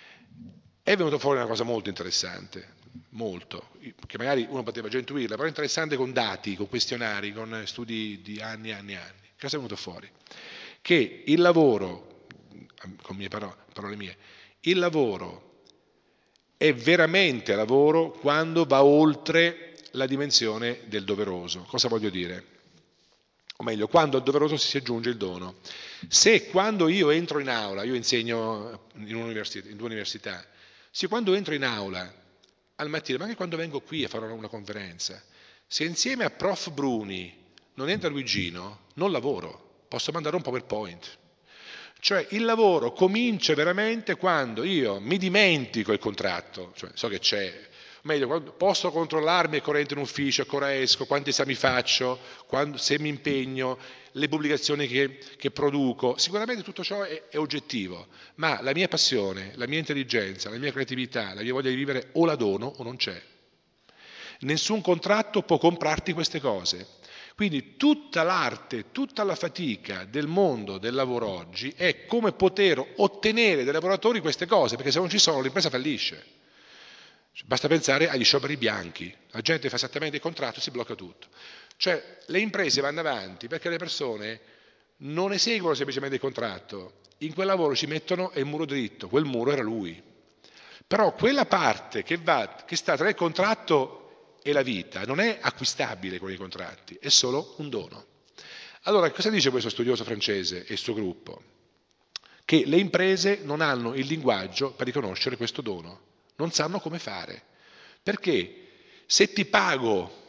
È venuto fuori una cosa molto interessante, molto, che magari uno poteva già intuirla, però è interessante con dati, con questionari, con studi di anni e anni e anni. Cosa è venuto fuori? Che il lavoro, con mie parole, parole mie, il lavoro è veramente lavoro quando va oltre la dimensione del doveroso. Cosa voglio dire? O meglio, quando al doveroso si aggiunge il dono. Se quando io entro in aula, io insegno in, un'università, in due università, se quando entro in aula al mattino, ma anche quando vengo qui a fare una conferenza, se insieme a prof Bruni non entra Luigino, non lavoro, posso mandare un PowerPoint. Cioè il lavoro comincia veramente quando io mi dimentico il contratto, cioè so che c'è, meglio, posso controllarmi il corrente in ufficio, a che ora esco, quanti esami faccio, quando, se mi impegno, le pubblicazioni che, che produco, sicuramente tutto ciò è, è oggettivo, ma la mia passione, la mia intelligenza, la mia creatività, la mia voglia di vivere o la dono o non c'è. Nessun contratto può comprarti queste cose. Quindi tutta l'arte, tutta la fatica del mondo del lavoro oggi è come poter ottenere dai lavoratori queste cose, perché se non ci sono l'impresa fallisce. Basta pensare agli scioperi bianchi, la gente fa esattamente il contratto e si blocca tutto. Cioè le imprese vanno avanti perché le persone non eseguono semplicemente il contratto, in quel lavoro ci mettono il muro dritto, quel muro era lui. Però quella parte che, va, che sta tra il contratto e la vita non è acquistabile con i contratti, è solo un dono. Allora cosa dice questo studioso francese e il suo gruppo? Che le imprese non hanno il linguaggio per riconoscere questo dono. Non sanno come fare, perché se ti pago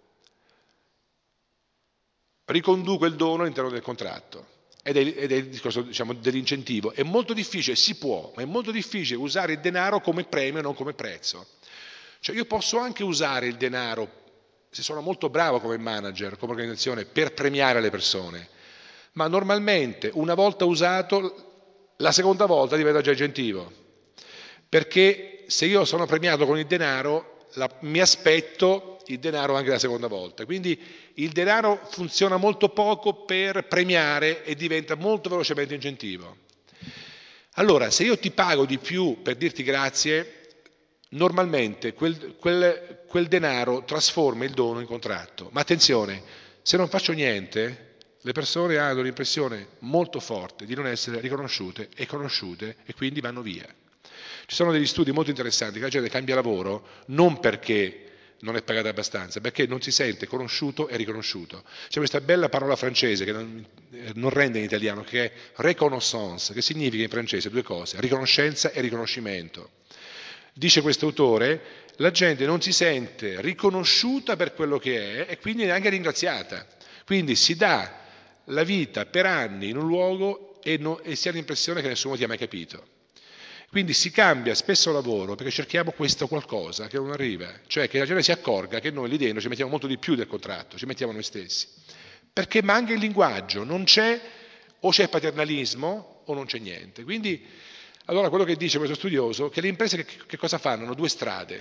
riconduco il dono all'interno del contratto ed è, ed è il discorso, diciamo, dell'incentivo. È molto difficile, si può, ma è molto difficile usare il denaro come premio e non come prezzo. Cioè io posso anche usare il denaro, se sono molto bravo come manager, come organizzazione, per premiare le persone, ma normalmente una volta usato, la seconda volta diventa già incentivo, perché se io sono premiato con il denaro, la, mi aspetto il denaro anche la seconda volta. Quindi il denaro funziona molto poco per premiare e diventa molto velocemente incentivo. Allora, se io ti pago di più per dirti grazie, normalmente quel, quel, quel denaro trasforma il dono in contratto. Ma attenzione, se non faccio niente, le persone hanno l'impressione molto forte di non essere riconosciute e conosciute e quindi vanno via. Ci sono degli studi molto interessanti che la gente cambia lavoro non perché non è pagata abbastanza, perché non si sente conosciuto e riconosciuto. C'è questa bella parola francese che non, non rende in italiano, che è reconnaissance, che significa in francese due cose, riconoscenza e riconoscimento. Dice questo autore, la gente non si sente riconosciuta per quello che è e quindi neanche ringraziata. Quindi si dà la vita per anni in un luogo e, no, e si ha l'impressione che nessuno ti ha mai capito. Quindi si cambia spesso lavoro perché cerchiamo questo qualcosa che non arriva, cioè che la gente si accorga che noi lì dentro ci mettiamo molto di più del contratto, ci mettiamo noi stessi, perché manca il linguaggio, non c'è, o c'è paternalismo o non c'è niente. Quindi, allora quello che dice questo studioso, che le imprese che, che cosa fanno? Hanno due strade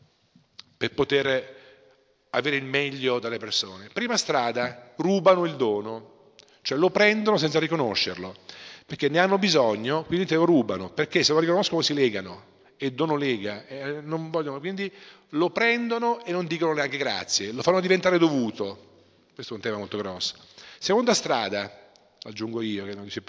per poter avere il meglio dalle persone. Prima strada, rubano il dono, cioè lo prendono senza riconoscerlo, perché ne hanno bisogno, quindi te lo rubano, perché se lo riconoscono si legano, e dono lega, e non vogliono, quindi lo prendono e non dicono neanche grazie, lo fanno diventare dovuto. Questo è un tema molto grosso. Seconda strada, aggiungo io, che non dice,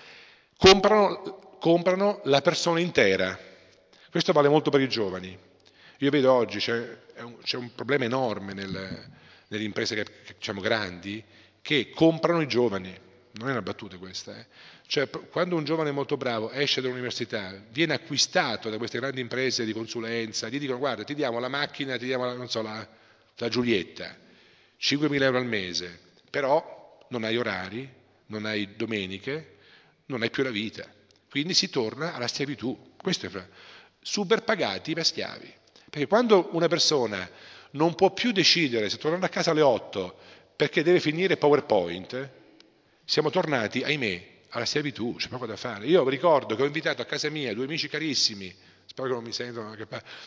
comprano, comprano la persona intera. Questo vale molto per i giovani. Io vedo oggi c'è un, c'è un problema enorme nel, nelle imprese che, che, diciamo, grandi che comprano i giovani. Non è una battuta questa. Eh. Cioè, quando un giovane molto bravo esce dall'università, viene acquistato da queste grandi imprese di consulenza, gli dicono guarda ti diamo la macchina, ti diamo la, non so, la, la Giulietta, cinquemila euro al mese, però non hai orari, non hai domeniche, non hai più la vita. Quindi si torna alla schiavitù. Questo è super pagati per schiavi. Perché quando una persona non può più decidere se tornare a casa alle otto perché deve finire PowerPoint, siamo tornati, ahimè, alla schiavitù, c'è poco da fare. Io ricordo che ho invitato a casa mia due amici carissimi, spero che non mi sentano,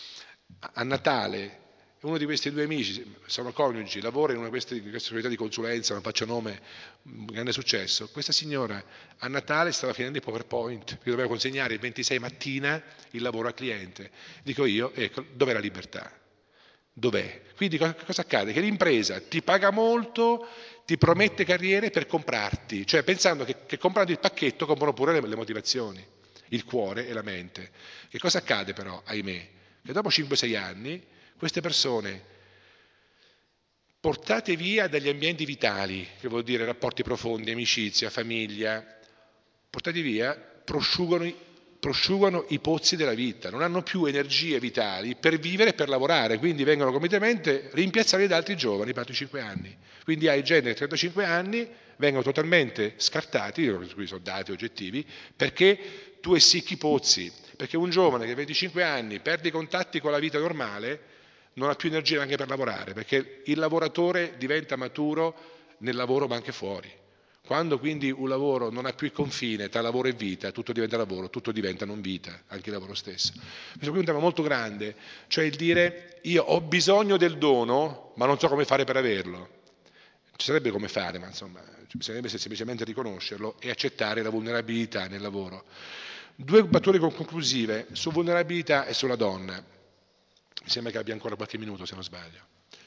a Natale. Uno di questi due amici, sono coniugi, lavora in una di queste, queste società di consulenza, non faccio nome, un grande successo. Questa signora a Natale stava finendo i PowerPoint, che doveva consegnare il ventisei mattina il lavoro al cliente. Dico io, ecco, dov'è la libertà? Dov'è? Quindi cosa accade? Che l'impresa ti paga molto, ti promette carriere per comprarti, cioè pensando che, che comprando il pacchetto comprano pure le, le motivazioni, il cuore e la mente. Che cosa accade però, ahimè? Che dopo cinque sei anni queste persone portate via dagli ambienti vitali, che vuol dire rapporti profondi, amicizia, famiglia, portati via, prosciugano, prosciugano i pozzi della vita, non hanno più energie vitali per vivere e per lavorare, quindi vengono completamente rimpiazzati da altri giovani, per altri cinque anni. Quindi hai gente di trentacinque anni, vengono totalmente scartati, qui sono dati oggettivi, perché tu essicchi i pozzi, perché un giovane che ha venticinque anni perde i contatti con la vita normale, non ha più energia neanche per lavorare, perché il lavoratore diventa maturo nel lavoro ma anche fuori. Quando quindi un lavoro non ha più il confine tra lavoro e vita, tutto diventa lavoro, tutto diventa non vita, anche il lavoro stesso. Questo qui è un tema molto grande, cioè il dire io ho bisogno del dono ma non so come fare per averlo. Ci sarebbe come fare, ma insomma, bisognerebbe semplicemente riconoscerlo e accettare la vulnerabilità nel lavoro. Due battute conclusive su vulnerabilità e sulla donna. Mi sembra che abbia ancora qualche minuto se non sbaglio.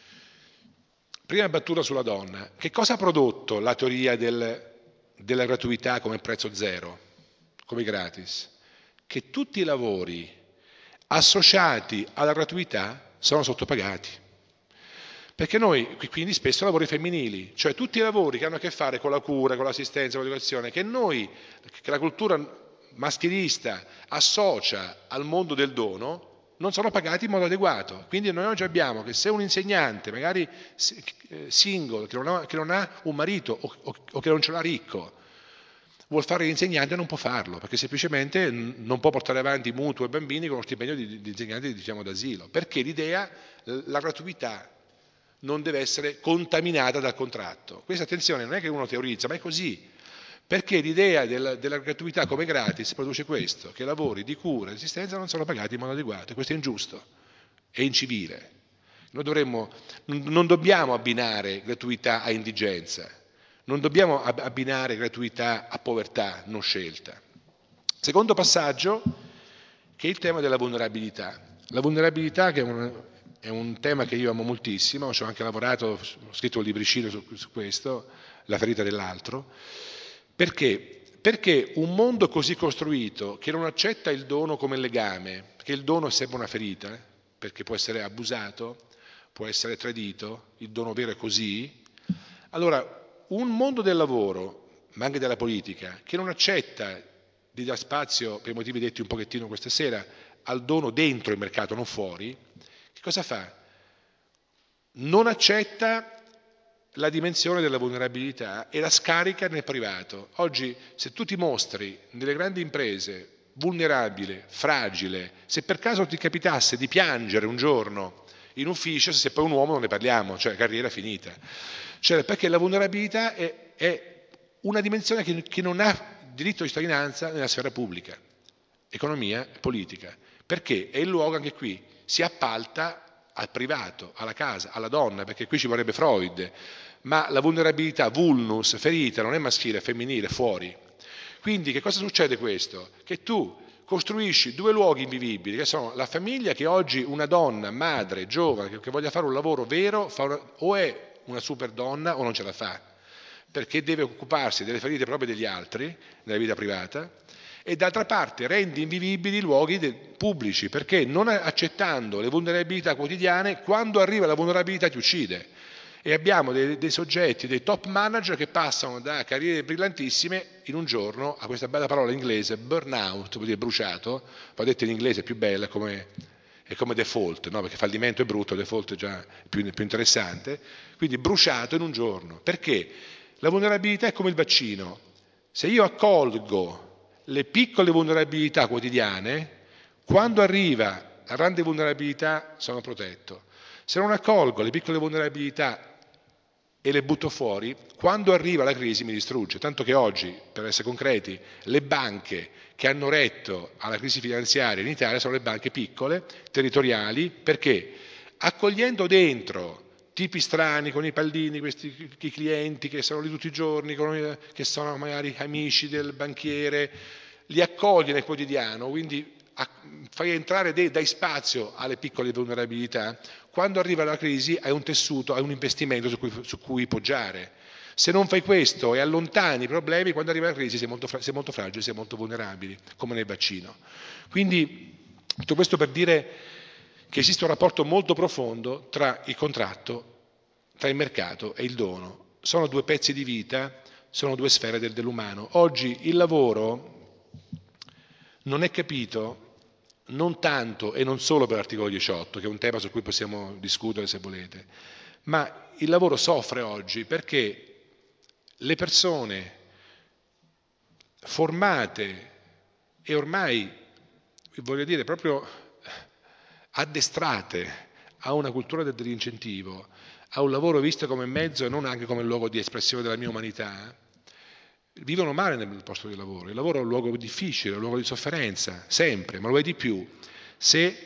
Prima battuta sulla donna. Che cosa ha prodotto la teoria del, della gratuità come prezzo zero, come gratis? Che tutti i lavori associati alla gratuità sono sottopagati. Perché noi, quindi spesso lavori femminili, cioè tutti i lavori che hanno a che fare con la cura, con l'assistenza, con l'educazione, che noi, che la cultura maschilista associa al mondo del dono, non sono pagati in modo adeguato. Quindi noi oggi abbiamo che se un insegnante, magari single, che non ha, che non ha un marito o, o, o che non ce l'ha ricco, vuol fare l'insegnante non può farlo, perché semplicemente non può portare avanti mutuo e bambini con lo stipendio di, di insegnante diciamo, d'asilo. Perché l'idea, la gratuità non deve essere contaminata dal contratto. Questa attenzione non è che uno teorizza, ma è così. Perché l'idea della, della gratuità come gratis produce questo, che lavori di cura e assistenza non sono pagati in modo adeguato, e questo è ingiusto, è incivile. Noi dovremmo, non dobbiamo abbinare gratuità a indigenza, non dobbiamo abbinare gratuità a povertà non scelta. Secondo passaggio, che è il tema della vulnerabilità. La vulnerabilità che è un, è un tema che io amo moltissimo, ci ho anche lavorato, ho scritto un libricino su, su questo, La ferita dell'altro. Perché? Perché un mondo così costruito che non accetta il dono come legame, perché il dono è sempre una ferita, perché può essere abusato, può essere tradito, il dono vero è così, allora un mondo del lavoro, ma anche della politica, che non accetta di dar spazio, per i motivi detti un pochettino questa sera, al dono dentro il mercato, non fuori, che cosa fa? Non accetta la dimensione della vulnerabilità e la scarica nel privato. Oggi, se tu ti mostri nelle grandi imprese vulnerabile, fragile, se per caso ti capitasse di piangere un giorno in ufficio, se sei poi un uomo non ne parliamo, cioè carriera finita. Cioè, perché la vulnerabilità è, è una dimensione che, che non ha diritto di cittadinanza nella sfera pubblica, economia e politica, perché è il luogo, anche qui, si appalta al privato, alla casa, alla donna, perché qui ci vorrebbe Freud, ma la vulnerabilità, vulnus, ferita, non è maschile, è femminile, fuori. Quindi che cosa succede questo? Che tu costruisci due luoghi invivibili, che sono la famiglia, che oggi una donna, madre, giovane, che, che voglia fare un lavoro vero, fa una, o è una super donna o non ce la fa, perché deve occuparsi delle ferite proprie degli altri, nella vita privata, e d'altra parte rende invivibili i luoghi pubblici, perché non accettando le vulnerabilità quotidiane, quando arriva la vulnerabilità ti uccide. E abbiamo dei, dei soggetti, dei top manager che passano da carriere brillantissime in un giorno a questa bella parola inglese, burnout, vuol dire bruciato, poi detto in inglese è più bella, come, è come default, no? Perché fallimento è brutto, default è già più, più interessante, quindi bruciato in un giorno. Perché? La vulnerabilità è come il vaccino. Se io accolgo le piccole vulnerabilità quotidiane, quando arriva la grande vulnerabilità sono protetto. Se non accolgo le piccole vulnerabilità e le butto fuori, quando arriva la crisi mi distrugge. Tanto che oggi, per essere concreti, le banche che hanno retto alla crisi finanziaria in Italia sono le banche piccole, territoriali, perché accogliendo dentro tipi strani, con i pallini, questi i clienti che sono lì tutti i giorni, che sono magari amici del banchiere, li accogli nel quotidiano, quindi fai entrare, dai spazio alle piccole vulnerabilità, quando arriva la crisi hai un tessuto, hai un investimento su cui, su cui poggiare. Se non fai questo e allontani i problemi, quando arriva la crisi sei molto, sei molto fragile, sei molto vulnerabile, come nel vaccino. Quindi tutto questo per dire che esiste un rapporto molto profondo tra il contratto, tra il mercato e il dono. Sono due pezzi di vita, sono due sfere del, dell'umano. Oggi il lavoro non è capito non tanto e non solo per l'articolo diciotto, che è un tema su cui possiamo discutere se volete, ma il lavoro soffre oggi perché le persone formate e ormai, voglio dire, proprio addestrate a una cultura dell'incentivo, a un lavoro visto come mezzo e non anche come luogo di espressione della mia umanità, vivono male nel posto di lavoro. Il lavoro è un luogo difficile, è un luogo di sofferenza, sempre, ma lo è di più se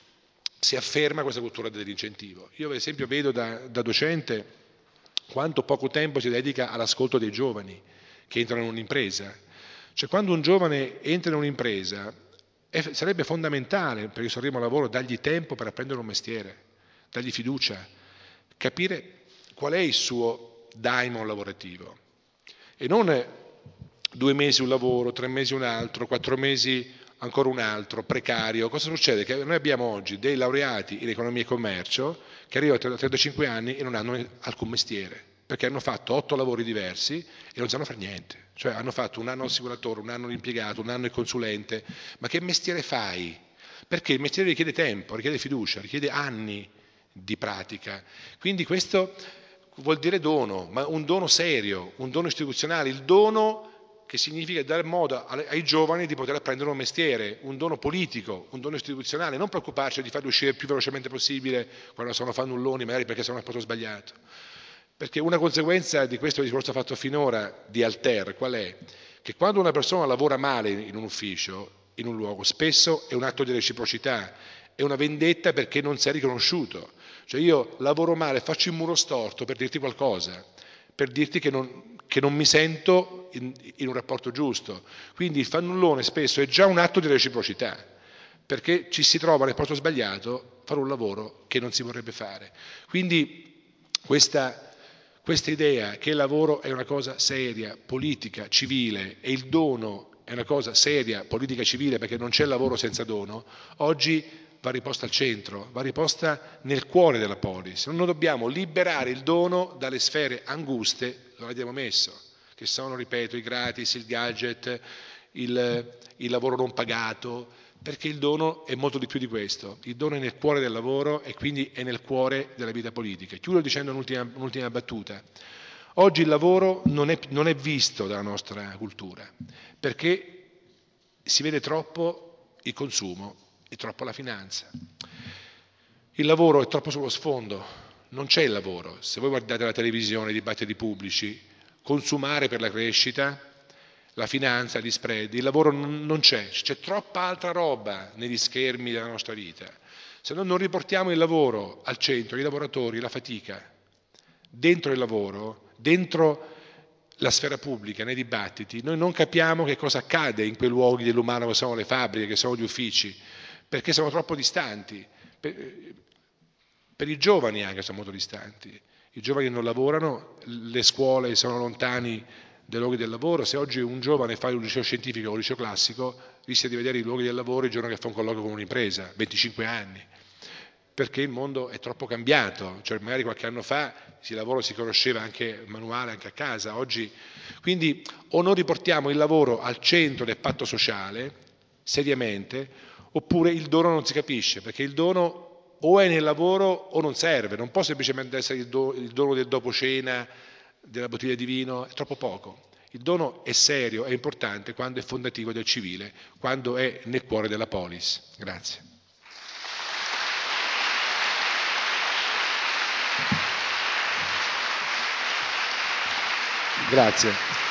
si afferma questa cultura dell'incentivo. Io per esempio vedo da, da docente quanto poco tempo si dedica all'ascolto dei giovani che entrano in un'impresa. Cioè quando un giovane entra in un'impresa è, sarebbe fondamentale per il suo primo lavoro dargli tempo per apprendere un mestiere, dargli fiducia, capire qual è il suo daimon lavorativo e non due mesi un lavoro, tre mesi un altro, quattro mesi ancora un altro, precario. Cosa succede? Che noi abbiamo oggi dei laureati in economia e commercio che arrivano a trentacinque anni e non hanno alcun mestiere, perché hanno fatto otto lavori diversi e non sanno fare niente. Cioè hanno fatto un anno assicuratore, un anno l'impiegato, un anno il consulente. Ma che mestiere fai? Perché il mestiere richiede tempo, richiede fiducia, richiede anni di pratica. Quindi questo vuol dire dono, ma un dono serio, un dono istituzionale, il dono che significa dare modo ai giovani di poter apprendere un mestiere, un dono politico, un dono istituzionale, non preoccuparci di farli uscire il più velocemente possibile quando sono fannulloni, magari perché sono al posto sbagliato. Perché una conseguenza di questo discorso fatto finora di Alter, qual è? Che quando una persona lavora male in un ufficio, in un luogo, spesso è un atto di reciprocità, è una vendetta perché non sei riconosciuto. Cioè io lavoro male, faccio il muro storto per dirti qualcosa, per dirti che non, che non mi sento in, in un rapporto giusto. Quindi il fannullone spesso è già un atto di reciprocità, perché ci si trova nel posto sbagliato a fare un lavoro che non si vorrebbe fare. Quindi questa, questa idea che il lavoro è una cosa seria, politica, civile e il dono è una cosa seria, politica e civile perché non c'è lavoro senza dono, oggi va riposta al centro, va riposta nel cuore della polis. Noi dobbiamo liberare il dono dalle sfere anguste dove l'abbiamo messo, che sono, ripeto, i gratis, il gadget, il, il lavoro non pagato, perché il dono è molto di più di questo, il dono è nel cuore del lavoro e quindi è nel cuore della vita politica. Chiudo dicendo un'ultima, un'ultima battuta. Oggi il lavoro non è, non è visto dalla nostra cultura, perché si vede troppo il consumo e troppo la finanza. Il lavoro è troppo sullo sfondo, non c'è il lavoro. Se voi guardate la televisione, i dibattiti pubblici, consumare per la crescita, la finanza, gli spread, il lavoro non c'è, c'è troppa altra roba negli schermi della nostra vita. Se noi non riportiamo il lavoro al centro, i lavoratori, la fatica, dentro il lavoro, dentro la sfera pubblica, nei dibattiti, noi non capiamo che cosa accade in quei luoghi dell'umano che sono le fabbriche, che sono gli uffici, perché siamo troppo distanti. Per, per i giovani anche siamo molto distanti. I giovani non lavorano, le scuole sono lontani dai luoghi del lavoro. Se oggi un giovane fa un liceo scientifico o un liceo classico, rischia di vedere i luoghi del lavoro il giorno che fa un colloquio con un'impresa, venticinque anni, perché il mondo è troppo cambiato, cioè magari qualche anno fa il lavoro si conosceva anche manuale, anche a casa, oggi. Quindi o noi riportiamo il lavoro al centro del patto sociale, seriamente, oppure il dono non si capisce, perché il dono o è nel lavoro o non serve, non può semplicemente essere il, do, il dono del dopo cena, della bottiglia di vino, è troppo poco. Il dono è serio, è importante quando è fondativo del civile, quando è nel cuore della polis. Grazie. Grazie.